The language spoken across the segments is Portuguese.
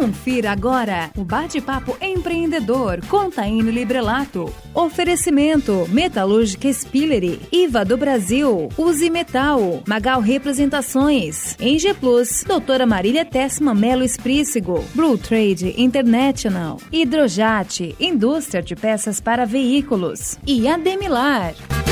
Confira agora o Bate-Papo Empreendedor com Taine Librelato. Oferecimento Metalúrgica Spillery, IVA do Brasil, Uzi Metal, Magal Representações, Eng Plus, Doutora Marília Tessma Melo Esprícigo, Blue Trade International, Hidrojat, Indústria de Peças para Veículos e Ademilar.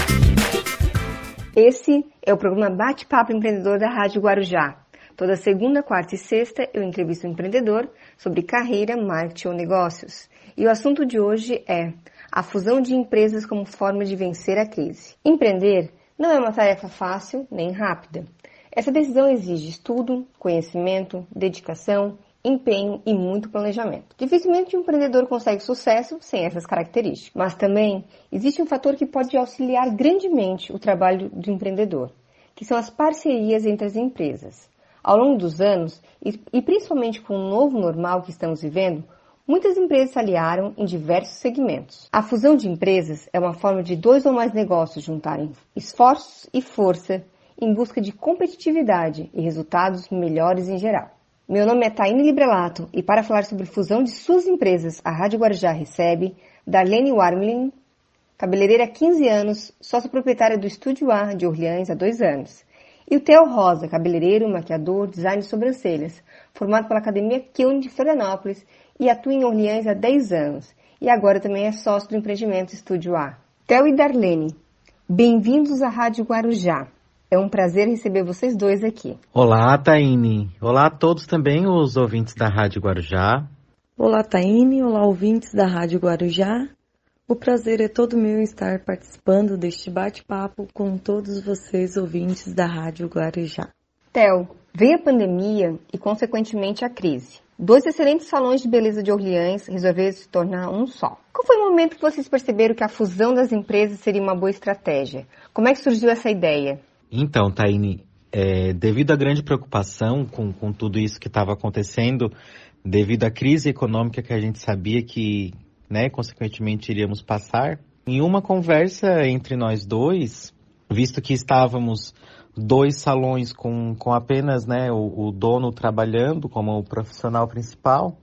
Esse é o programa Bate-Papo Empreendedor da Rádio Guarujá. Toda segunda, quarta e sexta eu entrevisto um empreendedor sobre carreira, marketing ou negócios. E o assunto de hoje é a fusão de empresas como forma de vencer a crise. Empreender não é uma tarefa fácil nem rápida. Essa decisão exige estudo, conhecimento, dedicação, empenho e muito planejamento. Dificilmente um empreendedor consegue sucesso sem essas características. Mas também existe um fator que pode auxiliar grandemente o trabalho do empreendedor, que são as parcerias entre as empresas. Ao longo dos anos, e principalmente com o novo normal que estamos vivendo, muitas empresas se aliaram em diversos segmentos. A fusão de empresas é uma forma de dois ou mais negócios juntarem esforços e força em busca de competitividade e resultados melhores em geral. Meu nome é Taine Librelato e para falar sobre fusão de suas empresas, a Rádio Guarujá recebe Darlene Warmlin, cabeleireira há 15 anos, sócia proprietária do Estúdio A de Orleans há 2 anos. E o Theo Rosa, cabeleireiro, maquiador, design de sobrancelhas, formado pela Academia Kiln de Florianópolis e atua em Orleans há 10 anos. E agora também é sócio do empreendimento Estúdio A. Theo e Darlene, bem-vindos à Rádio Guarujá. É um prazer receber vocês dois aqui. Olá, Taine. Olá a todos também, os ouvintes da Rádio Guarujá. Olá, Taine. Olá, ouvintes da Rádio Guarujá. O prazer é todo meu estar participando deste bate-papo com todos vocês, ouvintes da Rádio Guarujá. Theo, veio a pandemia e, consequentemente, a crise. 2 excelentes salões de beleza de Orleans resolveram se tornar um só. Qual foi o momento que vocês perceberam que a fusão das empresas seria uma boa estratégia? Como é que surgiu essa ideia? Então, Taine, devido à grande preocupação com tudo isso que estava acontecendo, devido à crise econômica que a gente sabia que, consequentemente iríamos passar, em uma conversa entre nós dois, visto que estávamos 2 salões com apenas o dono trabalhando como o profissional principal,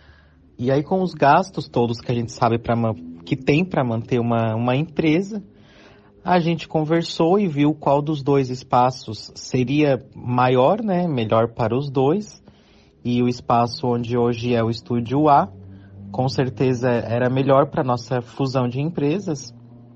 e aí com os gastos todos que a gente sabe que tem para manter uma empresa, a gente conversou e viu qual dos 2 espaços seria maior, melhor para os 2. E o espaço onde hoje é o Estúdio A, com certeza era melhor para a nossa fusão de empresas.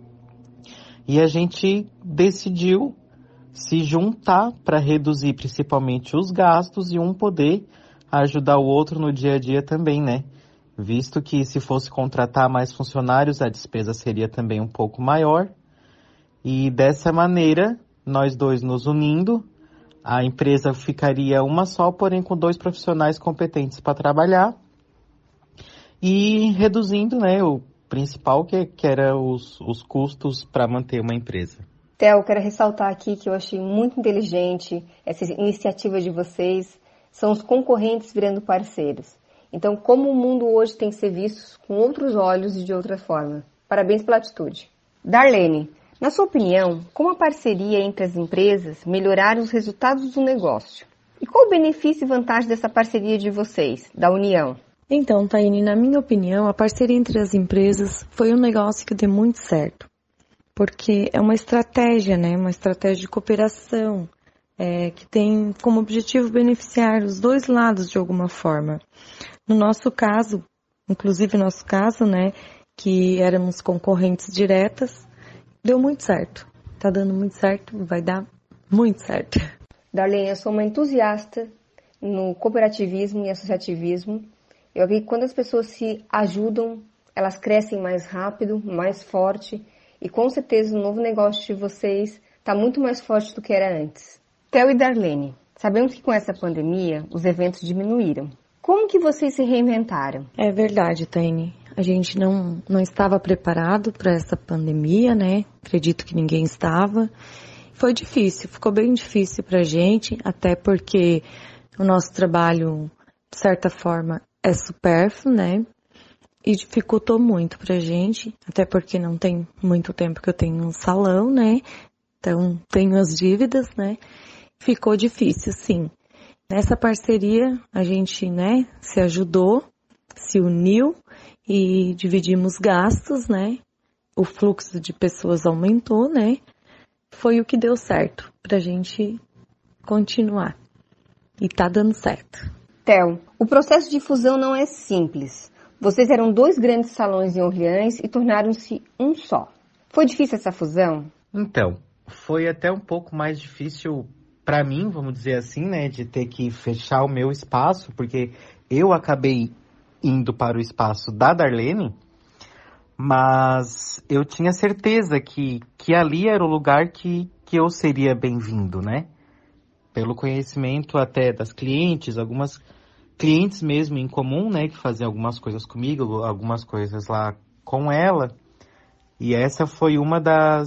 E a gente decidiu se juntar para reduzir principalmente os gastos e um poder ajudar o outro no dia a dia também, Visto que se fosse contratar mais funcionários, a despesa seria também um pouco maior. E dessa maneira, nós 2 nos unindo, a empresa ficaria uma só, porém com 2 profissionais competentes para trabalhar e reduzindo, o principal que era os custos para manter uma empresa. Theo, quero ressaltar aqui que eu achei muito inteligente essa iniciativa de vocês, são os concorrentes virando parceiros. Então, como o mundo hoje tem que ser visto com outros olhos e de outra forma. Parabéns pela atitude. Darlene, na sua opinião, como a parceria entre as empresas melhoraram os resultados do negócio? E qual o benefício e vantagem dessa parceria de vocês, da união? Então, Taine, na minha opinião, a parceria entre as empresas foi um negócio que deu muito certo. Porque é uma estratégia, uma estratégia de cooperação, que tem como objetivo beneficiar os 2 lados de alguma forma. No nosso caso, inclusive no nosso caso, que éramos concorrentes diretas, deu muito certo. Tá dando muito certo, vai dar muito certo. Darlene, eu sou uma entusiasta no cooperativismo e associativismo. Eu vi que quando as pessoas se ajudam, elas crescem mais rápido, mais forte. E com certeza o novo negócio de vocês está muito mais forte do que era antes. Theo e Darlene, sabemos que com essa pandemia os eventos diminuíram. Como que vocês se reinventaram? É verdade, Taine. A gente não estava preparado para essa pandemia, Acredito que ninguém estava. Foi difícil, ficou bem difícil para a gente, até porque o nosso trabalho, de certa forma, é supérfluo, E dificultou muito para a gente, até porque não tem muito tempo que eu tenho um salão, Então, tenho as dívidas, Ficou difícil, sim. Nessa parceria, a gente, né, se ajudou, se uniu e dividimos gastos, né? O fluxo de pessoas aumentou, né? Foi o que deu certo pra gente continuar. E tá dando certo. Theo, o processo de fusão não é simples. Vocês eram 2 grandes salões em Orleans e tornaram-se um só. Foi difícil essa fusão? Então, foi até um pouco mais difícil para mim, vamos dizer assim, né, de ter que fechar o meu espaço, porque eu acabei indo para o espaço da Darlene, mas eu tinha certeza que ali era o lugar que eu seria bem-vindo, né? Pelo conhecimento até das clientes, algumas clientes mesmo em comum, né, que faziam algumas coisas comigo, algumas coisas lá com ela. E essa foi um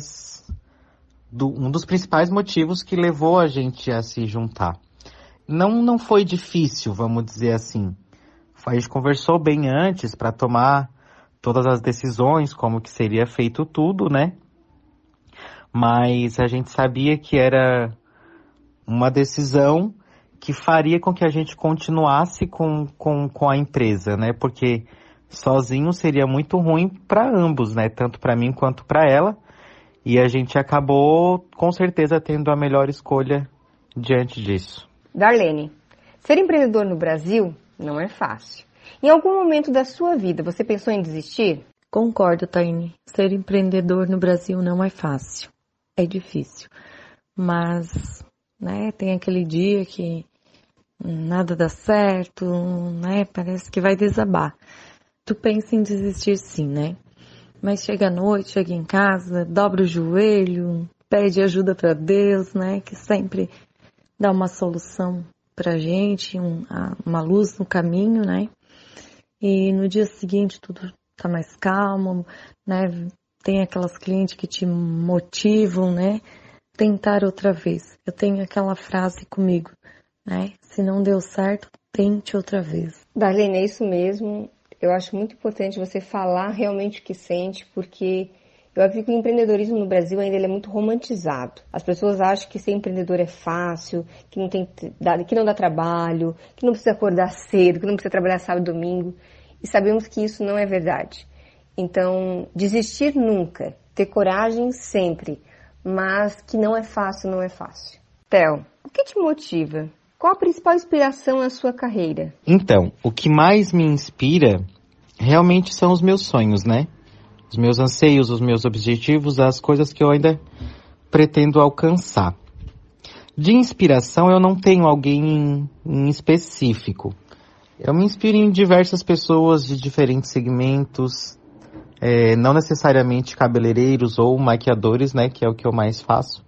dos principais motivos que levou a gente a se juntar. Não foi difícil, vamos dizer assim. A gente conversou bem antes para tomar todas as decisões, como que seria feito tudo, né? Mas a gente sabia que era uma decisão que faria com que a gente continuasse com a empresa, né? Porque sozinho seria muito ruim para ambos, né? Tanto para mim quanto para ela. E a gente acabou, com certeza, tendo a melhor escolha diante disso. Darlene, ser empreendedor no Brasil não é fácil. Em algum momento da sua vida, você pensou em desistir? Concordo, Taine. Ser empreendedor no Brasil não é fácil. É difícil. Mas, né, tem aquele dia que nada dá certo, né, parece que vai desabar. Tu pensa em desistir sim, né? Mas chega à noite, chega em casa, dobra o joelho, pede ajuda para Deus, né? Que sempre dá uma solução pra gente, uma luz no caminho, né? E no dia seguinte tudo tá mais calmo, né? Tem aquelas clientes que te motivam, né? Tentar outra vez. Eu tenho aquela frase comigo, né? Se não deu certo, tente outra vez. Darlene, é isso mesmo. Eu acho muito importante você falar realmente o que sente, porque eu acredito que o empreendedorismo no Brasil ainda ele é muito romantizado. As pessoas acham que ser empreendedor é fácil, que não dá trabalho, que não precisa acordar cedo, que não precisa trabalhar sábado e domingo. E sabemos que isso não é verdade. Então, desistir nunca, ter coragem sempre, mas que não é fácil, não é fácil. Theo, o que te motiva? Qual a principal inspiração na sua carreira? Então, o que mais me inspira realmente são os meus sonhos, né? Os meus anseios, os meus objetivos, as coisas que eu ainda pretendo alcançar. De inspiração, eu não tenho alguém em específico. Eu me inspiro em diversas pessoas de diferentes segmentos, não necessariamente cabeleireiros ou maquiadores, né? Que é o que eu mais faço.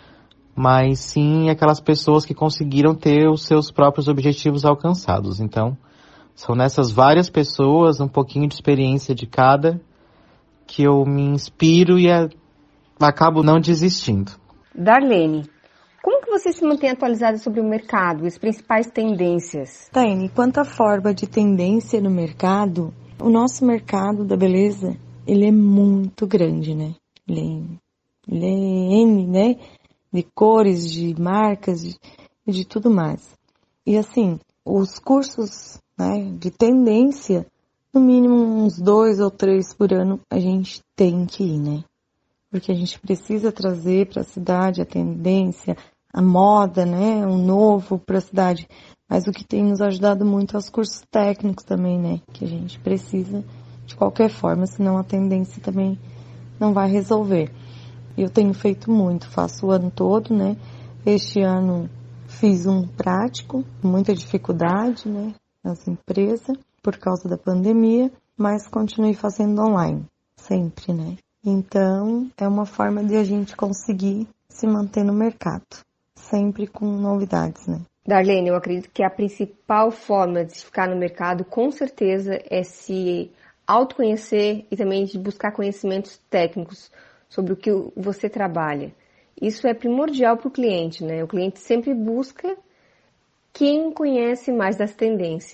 Mas sim aquelas pessoas que conseguiram ter os seus próprios objetivos alcançados. Então, são nessas várias pessoas, um pouquinho de experiência de cada, que eu me inspiro e acabo não desistindo. Darlene, como que você se mantém atualizada sobre o mercado e as principais tendências? Taine, quanto à forma de tendência no mercado, o nosso mercado da beleza, ele é muito grande, né? Ele é N, né? De cores, de marcas, de tudo mais. E assim, os cursos, né, de tendência, no mínimo uns 2 ou 3 por ano, a gente tem que ir, né? Porque a gente precisa trazer para a cidade a tendência, a moda, né, o novo para a cidade. Mas o que tem nos ajudado muito é os cursos técnicos também, né? Que a gente precisa de qualquer forma, senão a tendência também não vai resolver. Eu tenho feito muito, faço o ano todo, né? Este ano fiz um prático, muita dificuldade, né? Nas empresas, por causa da pandemia, mas continuei fazendo online, sempre, né? Então, é uma forma de a gente conseguir se manter no mercado, sempre com novidades, né? Darlene, eu acredito que a principal forma de ficar no mercado, com certeza, é se autoconhecer e também de buscar conhecimentos técnicos sobre o que você trabalha. Isso é primordial para o cliente, né? O cliente sempre busca quem conhece mais das tendências.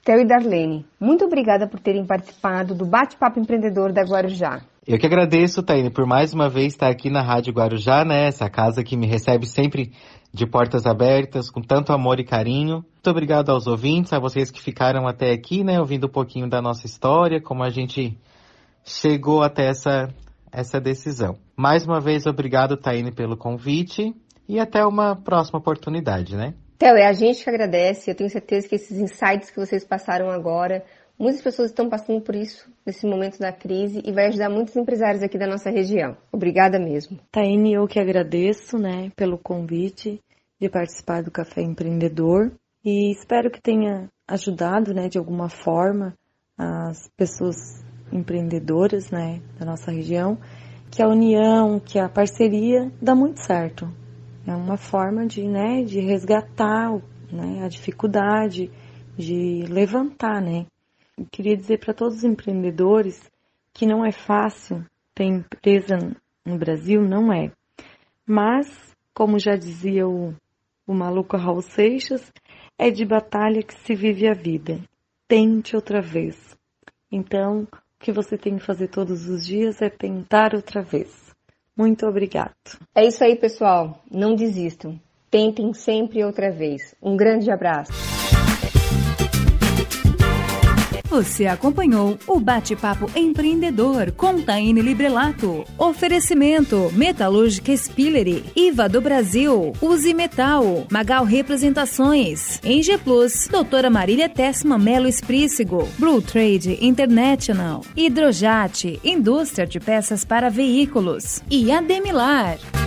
Theo e Darlene, muito obrigada por terem participado do Bate-Papo Empreendedor da Guarujá. Eu que agradeço, Taine, por mais uma vez estar aqui na Rádio Guarujá, né? Essa casa que me recebe sempre de portas abertas, com tanto amor e carinho. Muito obrigado aos ouvintes, a vocês que ficaram até aqui, né? Ouvindo um pouquinho da nossa história, como a gente chegou até essa decisão. Mais uma vez, obrigado, Taine, pelo convite e até uma próxima oportunidade, né? Theo, é a gente que agradece. Eu tenho certeza que esses insights que vocês passaram agora, muitas pessoas estão passando por isso nesse momento da crise e vai ajudar muitos empresários aqui da nossa região. Obrigada mesmo. Taine, eu que agradeço, né, pelo convite de participar do Café Empreendedor e espero que tenha ajudado, né, de alguma forma as pessoas empreendedoras, né, da nossa região, que a união, que a parceria dá muito certo. É uma forma de, né, de resgatar, né, a dificuldade, de levantar, né. Eu queria dizer para todos os empreendedores que não é fácil ter empresa no Brasil, não é. Mas, como já dizia o maluco Raul Seixas, é de batalha que se vive a vida. Tente outra vez. Então, o que você tem que fazer todos os dias é tentar outra vez. Muito obrigado. É isso aí, pessoal. Não desistam. Tentem sempre outra vez. Um grande abraço. Você acompanhou o Bate-Papo Empreendedor com Taine Librelato. Oferecimento Metalúrgica Spillery, IVA do Brasil, Uzi Metal, Magal Representações, Eng Plus, Doutora Marília Tessma Melo Esprícigo, Blue Trade International, Hidrojat, Indústria de Peças para Veículos e Ademilar.